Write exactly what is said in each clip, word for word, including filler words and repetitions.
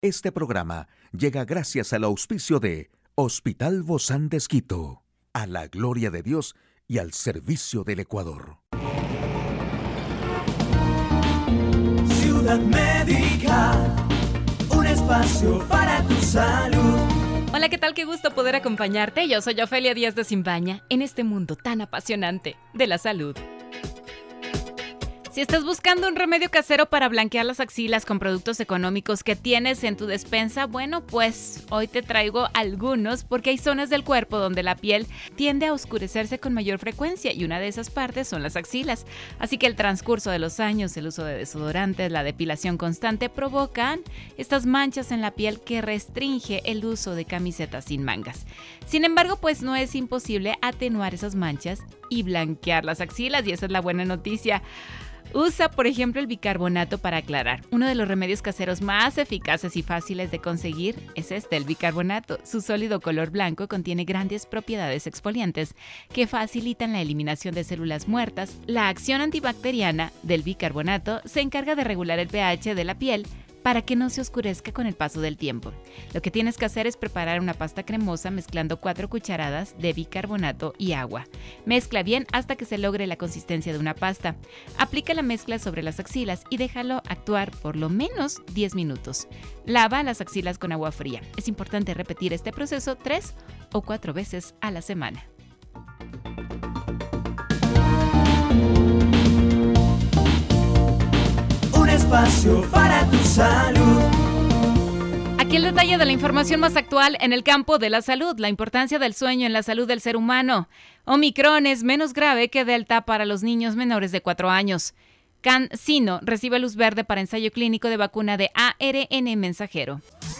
Este programa llega gracias al auspicio de Hospital Bozán de Esquito, a la gloria de Dios y al servicio del Ecuador. Ciudad Médica, un espacio para tu salud. Hola, ¿qué tal? Qué gusto poder acompañarte. Yo soy Ofelia Díaz de Simbaña en este mundo tan apasionante de la salud. Si estás buscando un remedio casero para blanquear las axilas con productos económicos que tienes en tu despensa, bueno, pues hoy te traigo algunos porque hay zonas del cuerpo donde la piel tiende a oscurecerse con mayor frecuencia y una de esas partes son las axilas. Así que el transcurso de los años, el uso de desodorantes, la depilación constante provocan estas manchas en la piel que restringe el uso de camisetas sin mangas. Sin embargo, pues no es imposible atenuar esas manchas y blanquear las axilas, y esa es la buena noticia. Usa, por ejemplo, el bicarbonato para aclarar. Uno de los remedios caseros más eficaces y fáciles de conseguir es este, el bicarbonato. Su sólido color blanco contiene grandes propiedades exfoliantes que facilitan la eliminación de células muertas. La acción antibacteriana del bicarbonato se encarga de regular el pH de la piel para que no se oscurezca con el paso del tiempo. Lo que tienes que hacer es preparar una pasta cremosa mezclando cuatro cucharadas de bicarbonato y agua. Mezcla bien hasta que se logre la consistencia de una pasta. Aplica la mezcla sobre las axilas y déjalo actuar por lo menos diez minutos. Lava las axilas con agua fría. Es importante repetir este proceso tres o cuatro veces a la semana. Espacio para tu salud. Aquí el detalle de la información más actual en el campo de la salud, la importancia del sueño en la salud del ser humano. Omicron es menos grave que Delta para los niños menores de cuatro años. CanSino recibe luz verde para ensayo clínico de vacuna de A R N mensajero.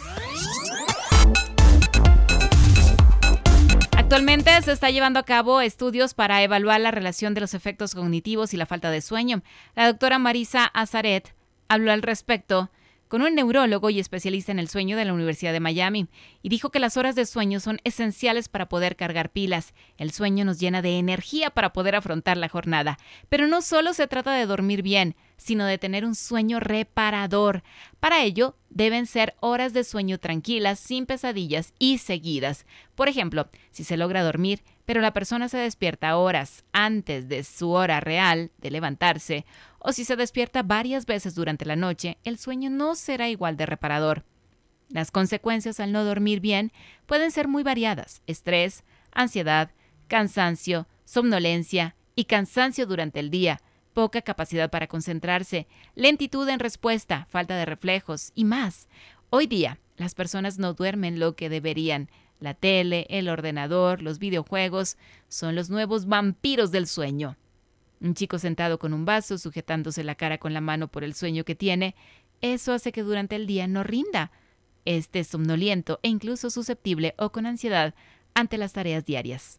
Actualmente se está llevando a cabo estudios para evaluar la relación de los efectos cognitivos y la falta de sueño. La doctora Marisa Azaret habló al respecto con un neurólogo y especialista en el sueño de la Universidad de Miami y dijo que las horas de sueño son esenciales para poder cargar pilas. El sueño nos llena de energía para poder afrontar la jornada. Pero no solo se trata de dormir bien, sino de tener un sueño reparador. Para ello, deben ser horas de sueño tranquilas, sin pesadillas y seguidas. Por ejemplo, si se logra dormir, pero la persona se despierta horas antes de su hora real de levantarse, o si se despierta varias veces durante la noche, el sueño no será igual de reparador. Las consecuencias al no dormir bien pueden ser muy variadas: estrés, ansiedad, cansancio, somnolencia y cansancio durante el día, poca capacidad para concentrarse, lentitud en respuesta, falta de reflejos y más. Hoy día, las personas no duermen lo que deberían. La tele, el ordenador, los videojuegos son los nuevos vampiros del sueño. Un chico sentado con un vaso, sujetándose la cara con la mano por el sueño que tiene, eso hace que durante el día no rinda. Esté somnoliento e incluso susceptible o con ansiedad ante las tareas diarias.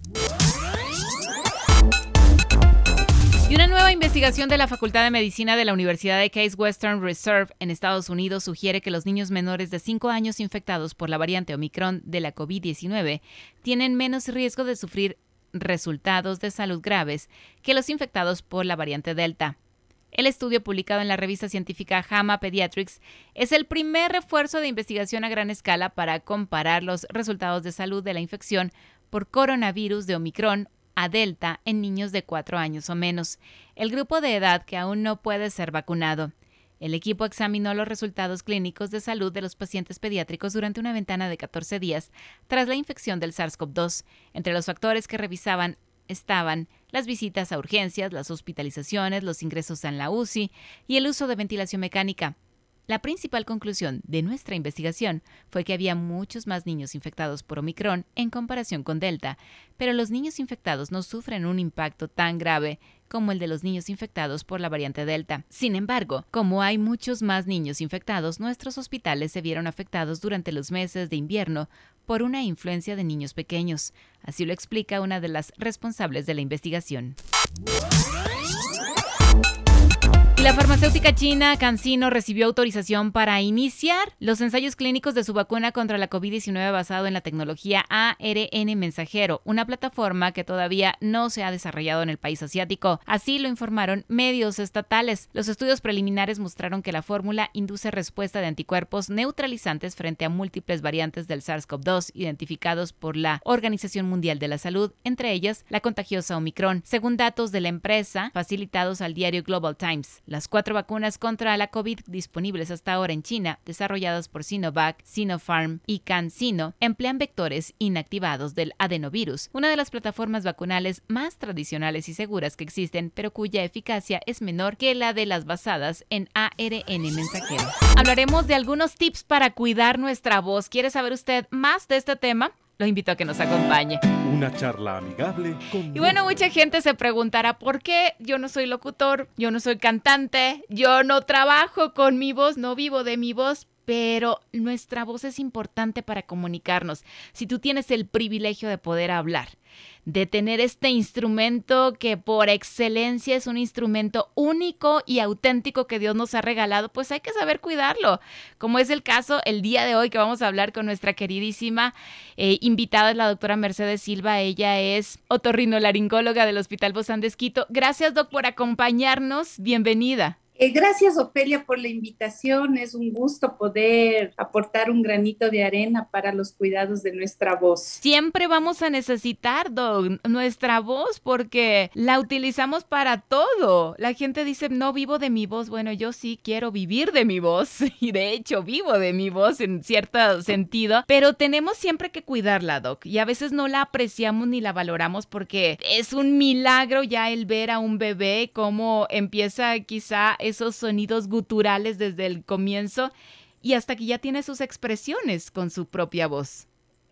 Y una nueva investigación de la Facultad de Medicina de la Universidad de Case Western Reserve en Estados Unidos sugiere que los niños menores de cinco años infectados por la variante Omicron de la covid diecinueve tienen menos riesgo de sufrir resultados de salud graves que los infectados por la variante Delta. El estudio, publicado en la revista científica JAMA Pediatrics, es el primer refuerzo de investigación a gran escala para comparar los resultados de salud de la infección por coronavirus de Omicron a Delta en niños de cuatro años o menos, el grupo de edad que aún no puede ser vacunado. El equipo examinó los resultados clínicos de salud de los pacientes pediátricos durante una ventana de catorce días tras la infección del SARS-CoV dos. Entre los factores que revisaban estaban las visitas a urgencias, las hospitalizaciones, los ingresos en la U C I y el uso de ventilación mecánica. La principal conclusión de nuestra investigación fue que había muchos más niños infectados por Omicron en comparación con Delta, pero los niños infectados no sufren un impacto tan grave como el de los niños infectados por la variante Delta. Sin embargo, como hay muchos más niños infectados, nuestros hospitales se vieron afectados durante los meses de invierno por una influencia de niños pequeños. Así lo explica una de las responsables de la investigación. la farmacéutica china CanSino recibió autorización para iniciar los ensayos clínicos de su vacuna contra la covid diecinueve basado en la tecnología A R N mensajero, una plataforma que todavía no se ha desarrollado en el país asiático. Así lo informaron medios estatales. Los estudios preliminares mostraron que la fórmula induce respuesta de anticuerpos neutralizantes frente a múltiples variantes del SARS-CoV dos identificados por la Organización Mundial de la Salud, entre ellas la contagiosa Omicron, según datos de la empresa facilitados al diario Global Times. Las cuatro vacunas contra la COVID disponibles hasta ahora en China, desarrolladas por Sinovac, Sinopharm y CanSino, emplean vectores inactivados del adenovirus, una de las plataformas vacunales más tradicionales y seguras que existen, pero cuya eficacia es menor que la de las basadas en A R N mensajero. Hablaremos de algunos tips para cuidar nuestra voz. ¿Quiere saber usted más de este tema? Lo invito a que nos acompañe. Una charla amigable con... Y bueno, mucha gente se preguntará, ¿por qué yo no soy locutor? Yo no soy cantante, yo no trabajo con mi voz, no vivo de mi voz, pero nuestra voz es importante para comunicarnos. Si tú tienes el privilegio de poder hablar, de tener este instrumento que por excelencia es un instrumento único y auténtico que Dios nos ha regalado, pues hay que saber cuidarlo, como es el caso el día de hoy que vamos a hablar con nuestra queridísima eh, invitada, es la doctora Mercedes Silva. Ella es otorrinolaringóloga del Hospital Bozán de Esquito. Gracias, doc, por acompañarnos. Bienvenida. Eh, gracias, Ofelia, por la invitación. Es un gusto poder aportar un granito de arena para los cuidados de nuestra voz. Siempre vamos a necesitar, Doc, nuestra voz porque la utilizamos para todo. La gente dice, no vivo de mi voz. Bueno, yo sí quiero vivir de mi voz y de hecho vivo de mi voz en cierto sentido, pero tenemos siempre que cuidarla, Doc, y a veces no la apreciamos ni la valoramos porque es un milagro ya el ver a un bebé cómo empieza quizá esos sonidos guturales desde el comienzo y hasta que ya tiene sus expresiones con su propia voz.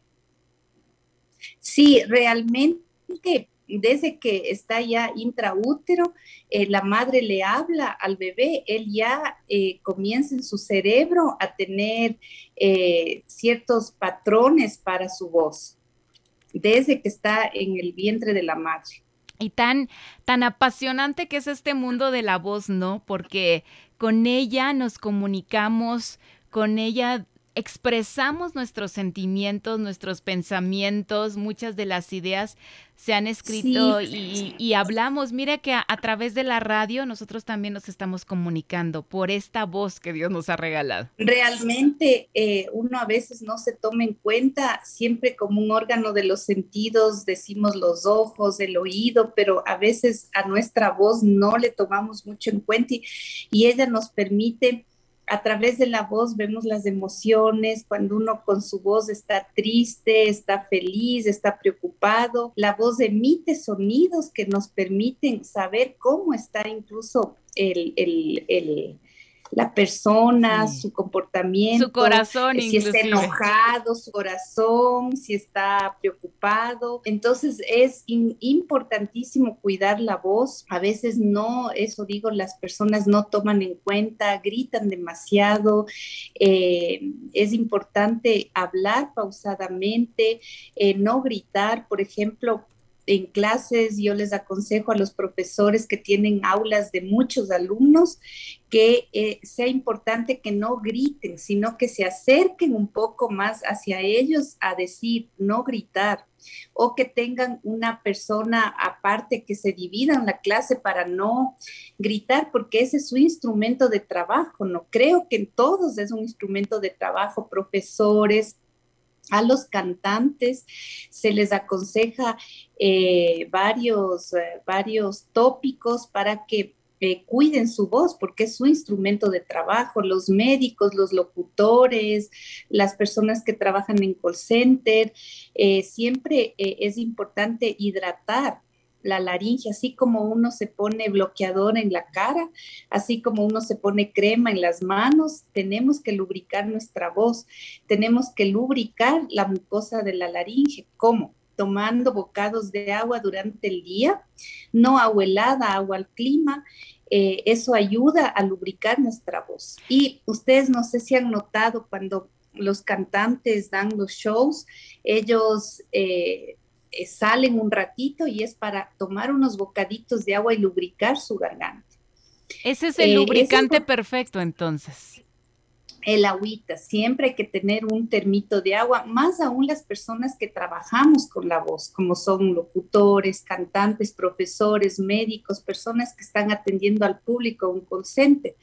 Sí, realmente desde que está ya intraútero, eh, la madre le habla al bebé, él ya eh, comienza en su cerebro a tener eh, ciertos patrones para su voz, desde que está en el vientre de la madre. Y tan, tan apasionante que es este mundo de la voz, ¿no? Porque con ella nos comunicamos, con ella expresamos nuestros sentimientos, nuestros pensamientos, muchas de las ideas se han escrito sí. y, y hablamos. Mira que a, a través de la radio nosotros también nos estamos comunicando por esta voz que Dios nos ha regalado. Realmente eh, uno a veces no se toma en cuenta, siempre como un órgano de los sentidos, decimos los ojos, el oído, pero a veces a nuestra voz no le tomamos mucho en cuenta y, y ella nos permite. A través de la voz vemos las emociones, cuando uno con su voz está triste, está feliz, está preocupado. La voz emite sonidos que nos permiten saber cómo está incluso el, el, el, la persona, sí. Su comportamiento. Su corazón, si inclusive. está enojado, su corazón, si está preocupado. Entonces es in, importantísimo cuidar la voz. A veces no, eso digo, las personas no toman en cuenta, gritan demasiado. Eh, es importante hablar pausadamente, eh, no gritar, por ejemplo. En clases yo les aconsejo a los profesores que tienen aulas de muchos alumnos que eh, sea importante que no griten, sino que se acerquen un poco más hacia ellos a decir, no gritar, o que tengan una persona aparte que se dividan la clase para no gritar, porque ese es su instrumento de trabajo, ¿no? Creo que en todos es un instrumento de trabajo, profesores. A los cantantes se les aconseja eh, varios, eh, varios tópicos para que eh, cuiden su voz, porque es su instrumento de trabajo. Los médicos, los locutores, las personas que trabajan en call center, eh, siempre eh, es importante hidratar la laringe, así como uno se pone bloqueador en la cara, así como uno se pone crema en las manos, tenemos que lubricar nuestra voz, tenemos que lubricar la mucosa de la laringe. ¿Cómo? Tomando bocados de agua durante el día, no agua helada, agua al clima. Eh, eso ayuda a lubricar nuestra voz. Y ustedes no sé si han notado cuando los cantantes dan los shows, ellos eh, eh, salen un ratito y es para tomar unos bocaditos de agua y lubricar su garganta. Ese es el Eh, lubricante ese- perfecto, entonces. El agüita, siempre hay que tener un termito de agua, más aún las personas que trabajamos con la voz, como son locutores, cantantes, profesores, médicos, personas que están atendiendo al público, un call center.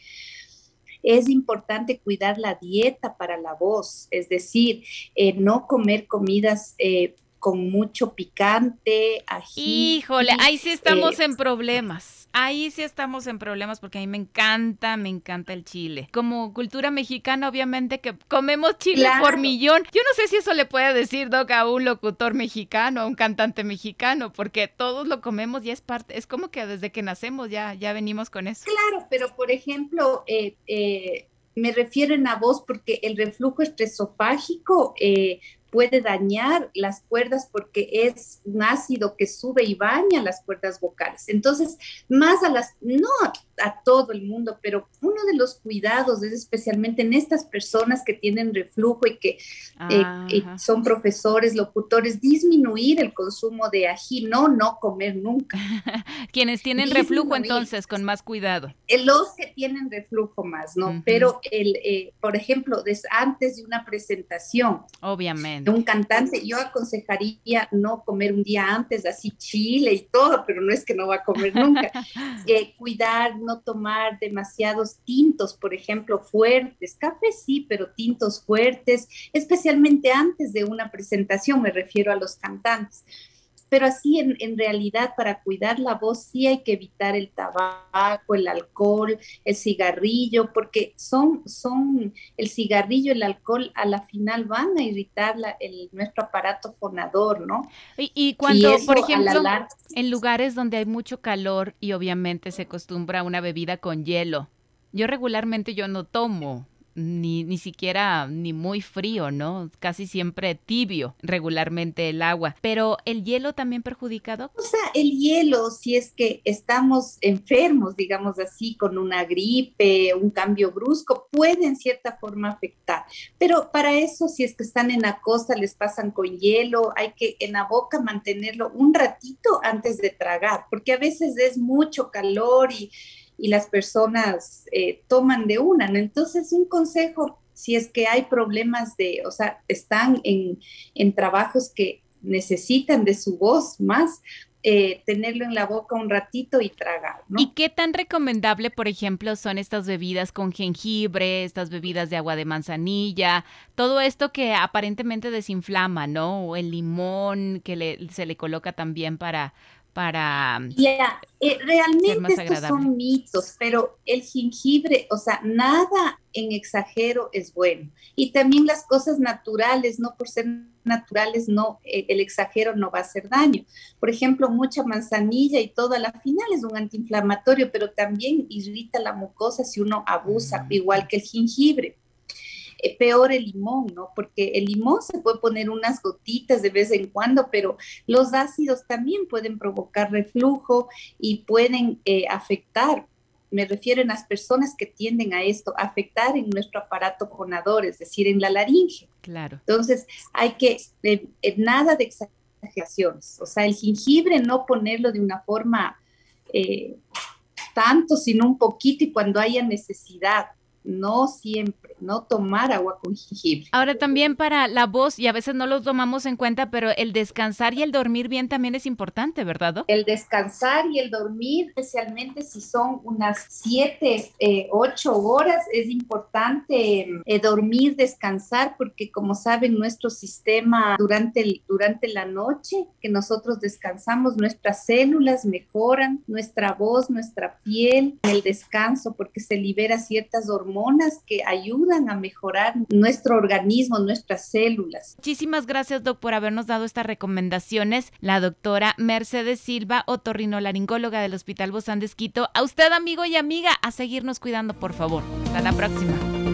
Es importante cuidar la dieta para la voz, es decir, eh, no comer comidas eh, con mucho picante, ají. Híjole, ahí sí estamos eh, en problemas. Ahí sí estamos en problemas porque a mí me encanta, me encanta el chile. Como cultura mexicana, obviamente que comemos chile Claro. por millón. Yo no sé si eso le puede decir, Doc, a un locutor mexicano, a un cantante mexicano, porque todos lo comemos y es parte, es como que desde que nacemos ya, ya venimos con eso. Claro, pero por ejemplo, eh, eh, me refieren a voz porque el reflujo estresofágico eh, puede dañar las cuerdas porque es un ácido que sube y baña las cuerdas vocales. Entonces, más a las, no a todo el mundo, pero uno de los cuidados es especialmente en estas personas que tienen reflujo y que eh, eh, son profesores, locutores, disminuir el consumo de ají, no, no comer nunca. Quienes tienen Disminuir. reflujo, entonces, con más cuidado. Eh, Los que tienen reflujo más, ¿no? Ujú. Pero, el, eh, por ejemplo, des, antes de una presentación Obviamente. de un cantante, yo aconsejaría no comer un día antes, así chile y todo, pero no es que no va a comer nunca. Eh, cuidar, no tomar demasiados tintos, por ejemplo, fuertes. Café sí, pero tintos fuertes, especialmente antes de una presentación, me refiero a los cantantes. Pero así en, en realidad para cuidar la voz sí hay que evitar el tabaco, el alcohol, el cigarrillo, porque son, son el cigarrillo, el alcohol a la final van a irritar la, el, nuestro aparato fonador, ¿no? Y, y cuando, Y eso, por a la ejemplo, larga, en lugares donde hay mucho calor y obviamente se acostumbra a una bebida con hielo, yo regularmente yo no tomo. Ni, ni siquiera ni muy frío, ¿no? Casi siempre tibio, regularmente el agua. Pero ¿el hielo también perjudica, Doc? O sea, el hielo, si es que estamos enfermos, digamos así, con una gripe, un cambio brusco, puede en cierta forma afectar. Pero para eso, si es que están en la costa, les pasan con hielo, hay que en la boca mantenerlo un ratito antes de tragar, porque a veces es mucho calor y y las personas eh, toman de una, ¿no? Entonces, un consejo, si es que hay problemas de, o sea, están en, en trabajos que necesitan de su voz más, eh, tenerlo en la boca un ratito y tragar, ¿no? ¿Y qué tan recomendable, por ejemplo, son estas bebidas con jengibre, estas bebidas de agua de manzanilla, todo esto que aparentemente desinflama, ¿no? O el limón que le, se le coloca también para... para yeah, eh, realmente estos agradable. son mitos, pero el jengibre, o sea, nada en exagero es bueno. Y también las cosas naturales, no por ser naturales, no, eh, el exagero no va a hacer daño. Por ejemplo, mucha manzanilla y todo, a la final es un antiinflamatorio, pero también irrita la mucosa si uno abusa, mm. igual que el jengibre. Eh, peor el limón, ¿no? Porque el limón se puede poner unas gotitas de vez en cuando, pero los ácidos también pueden provocar reflujo y pueden eh, afectar, me refiero a las personas que tienden a esto, afectar en nuestro aparato fonador, es decir, en la laringe. Claro. Entonces, hay que, eh, eh, nada de exageraciones, o sea, el jengibre no ponerlo de una forma eh, tanto, sino un poquito y cuando haya necesidad. No siempre, no tomar agua con jengibre. Ahora también para la voz, y a veces no lo tomamos en cuenta, pero el descansar y el dormir bien también es importante, ¿verdad, Doc? El descansar y el dormir, especialmente si son unas siete, eh, ocho horas, es importante eh, dormir, descansar, porque como saben, nuestro sistema durante, el, durante la noche que nosotros descansamos, nuestras células mejoran, nuestra voz, nuestra piel, el descanso, porque se libera ciertas hormonas que ayudan a mejorar nuestro organismo, nuestras células. Muchísimas gracias, Doc, por habernos dado estas recomendaciones. La doctora Mercedes Silva, otorrinolaringóloga del Hospital Bozán de Esquito. A usted, amigo y amiga, a seguirnos cuidando, por favor. Hasta la próxima.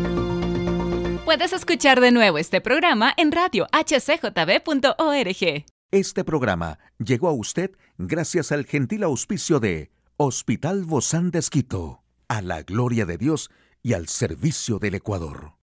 Puedes escuchar de nuevo este programa en radio h c j b punto org. Este programa llegó a usted gracias al gentil auspicio de Hospital Bozán de Esquito. A la gloria de Dios y al servicio del Ecuador.